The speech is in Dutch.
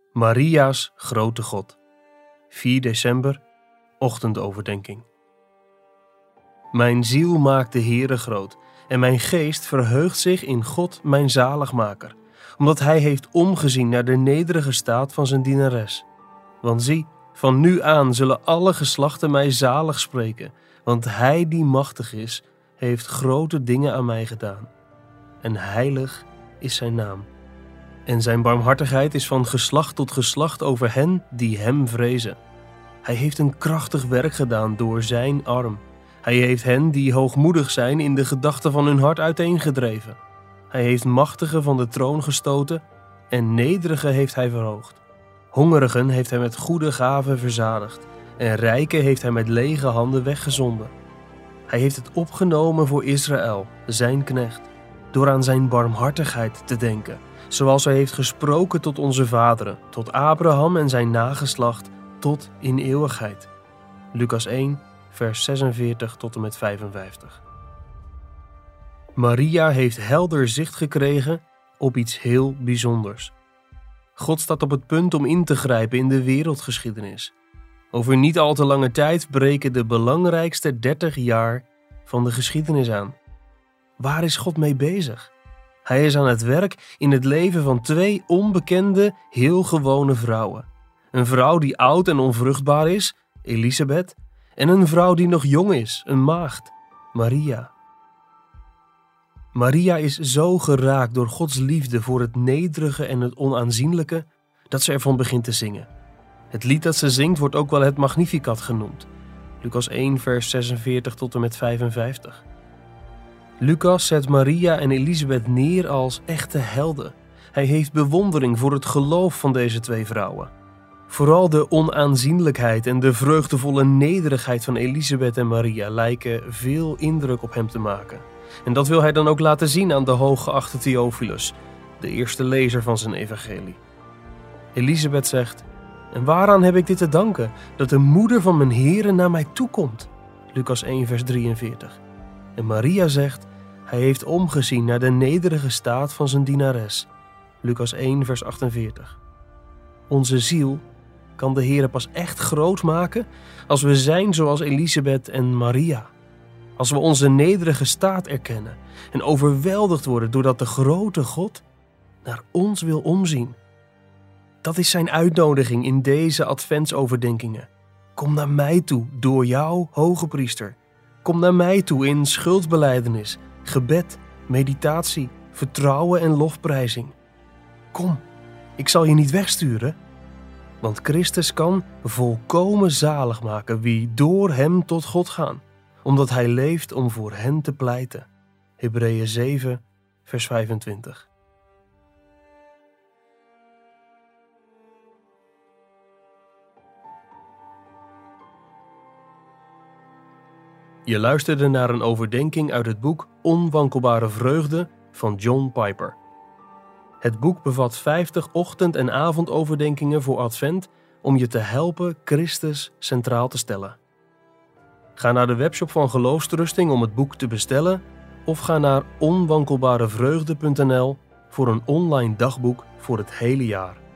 Maria's grote God. 4 december, ochtendoverdenking. Mijn ziel maakt de Heere groot en mijn geest verheugt zich in God mijn zaligmaker, omdat hij heeft omgezien naar de nederige staat van zijn dienares. Want zie, van nu aan zullen alle geslachten mij zalig spreken, want hij die machtig is, heeft grote dingen aan mij gedaan. En heilig is zijn naam. En zijn barmhartigheid is van geslacht tot geslacht over hen die hem vrezen. Hij heeft een krachtig werk gedaan door zijn arm. Hij heeft hen die hoogmoedig zijn in de gedachten van hun hart uiteengedreven. Hij heeft machtigen van de troon gestoten en nederigen heeft hij verhoogd. Hongerigen heeft hij met goede gaven verzadigd en rijken heeft hij met lege handen weggezonden. Hij heeft het opgenomen voor Israël, zijn knecht, door aan zijn barmhartigheid te denken, zoals hij heeft gesproken tot onze vaderen, tot Abraham en zijn nageslacht, tot in eeuwigheid. Lucas 1, vers 46 tot en met 55. Maria heeft helder zicht gekregen op iets heel bijzonders. God staat op het punt om in te grijpen in de wereldgeschiedenis. Over niet al te lange tijd breken de belangrijkste 30 jaar van de geschiedenis aan. Waar is God mee bezig? Hij is aan het werk in het leven van 2 onbekende, heel gewone vrouwen. Een vrouw die oud en onvruchtbaar is, Elisabeth, en een vrouw die nog jong is, een maagd, Maria. Maria is zo geraakt door Gods liefde voor het nederige en het onaanzienlijke, dat ze ervan begint te zingen. Het lied dat ze zingt wordt ook wel het Magnificat genoemd. Lucas 1 vers 46 tot en met 55. Lucas zet Maria en Elisabeth neer als echte helden. Hij heeft bewondering voor het geloof van deze 2 vrouwen. Vooral de onaanzienlijkheid en de vreugdevolle nederigheid van Elisabeth en Maria lijken veel indruk op hem te maken. En dat wil hij dan ook laten zien aan de hooggeachte Theophilus, de eerste lezer van zijn evangelie. Elisabeth zegt: "En waaraan heb ik dit te danken, dat de moeder van mijn Heere naar mij toekomt?" Lucas 1 vers 43. En Maria zegt: "Hij heeft omgezien naar de nederige staat van zijn dienares." Lucas 1 vers 48. Onze ziel kan de Heere pas echt groot maken als we zijn zoals Elisabeth en Maria. Als we onze nederige staat erkennen en overweldigd worden doordat de grote God naar ons wil omzien. Dat is zijn uitnodiging in deze adventsoverdenkingen. Kom naar mij toe door jou, hoge priester. Kom naar mij toe in schuldbelijdenis, gebed, meditatie, vertrouwen en lofprijzing. Kom, ik zal je niet wegsturen. Want Christus kan volkomen zalig maken wie door hem tot God gaan, omdat hij leeft om voor hen te pleiten. Hebreeën 7, vers 25. Je luisterde naar een overdenking uit het boek Onwankelbare Vreugde van John Piper. Het boek bevat 50 ochtend- en avondoverdenkingen voor Advent om je te helpen Christus centraal te stellen. Ga naar de webshop van Geloofstrusting om het boek te bestellen of ga naar onwankelbarevreugde.nl voor een online dagboek voor het hele jaar.